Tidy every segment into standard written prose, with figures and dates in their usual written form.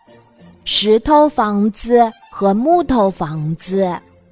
石头房子和木头房子。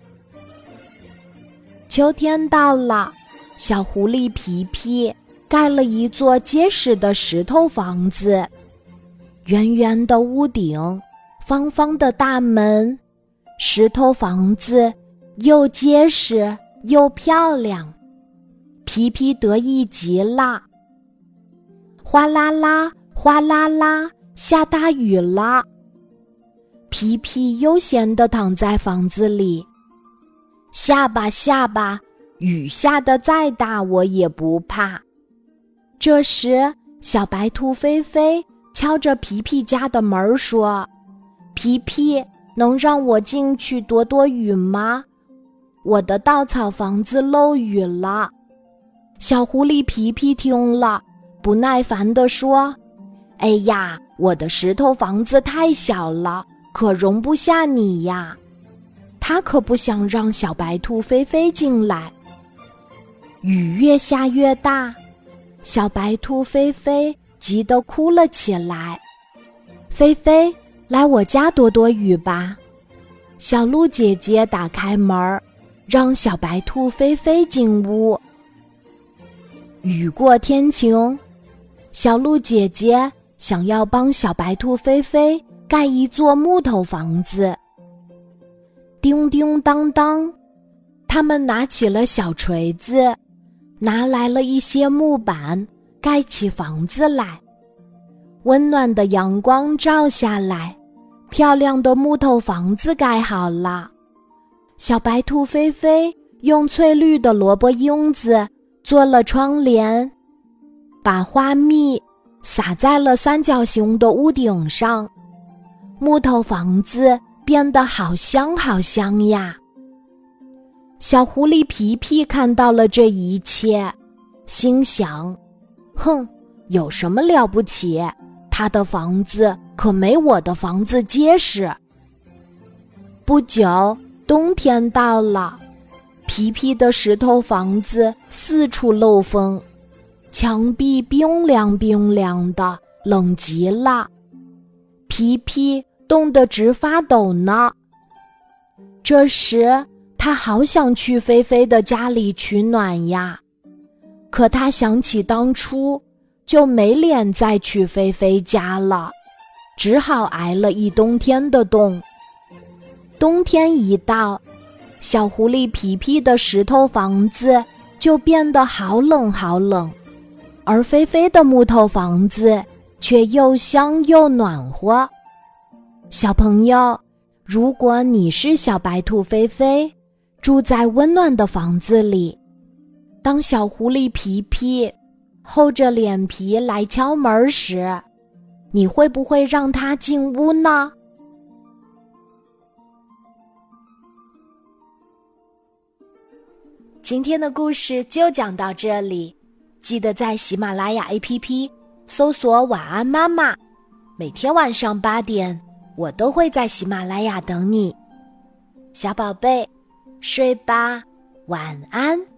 秋天到了，小狐狸皮皮盖了一座结实的石头房子，圆圆的屋顶，方方的大门，石头房子又结实又漂亮，皮皮得意极了。哗啦啦，哗啦啦，下大雨了。皮皮悠闲地躺在房子里，下吧下吧，雨下得再大我也不怕。这时，小白兔菲菲敲着皮皮家的门说：皮皮，能让我进去躲躲雨吗？我的稻草房子漏雨了。小狐狸皮皮听了，不耐烦地说：哎呀，我的石头房子太小了，可容不下你呀。他可不想让小白兔菲菲进来。雨越下越大，小白兔菲菲急得哭了起来。菲菲，来我家躲躲雨吧。小鹿姐姐打开门，让小白兔菲菲进屋。雨过天晴，小鹿姐姐想要帮小白兔菲菲盖一座木头房子。叮叮当当，他们拿起了小锤子，拿来了一些木板，盖起房子来。温暖的阳光照下来，漂亮的木头房子盖好了。小白兔菲菲用翠绿的萝卜缨子做了窗帘，把花蜜撒在了三角形的屋顶上，木头房子变得好香好香呀。小狐狸皮皮看到了这一切，心想：哼，有什么了不起？他的房子可没我的房子结实。不久，冬天到了，皮皮的石头房子四处漏风，墙壁冰凉冰凉的，冷极了。皮皮冻得直发抖呢。这时，他好想去菲菲的家里取暖呀，可他想起当初就没脸再去菲菲家了，只好挨了一冬天的冻。冬天一到，小狐狸皮皮的石头房子就变得好冷好冷，而菲菲的木头房子却又香又暖和。小朋友，如果你是小白兔菲菲，住在温暖的房子里，当小狐狸皮皮厚着脸皮来敲门时，你会不会让他进屋呢？今天的故事就讲到这里，记得在喜马拉雅 APP 搜索晚安妈妈，每天晚上8点，我都会在喜马拉雅等你。小宝贝，睡吧，晚安。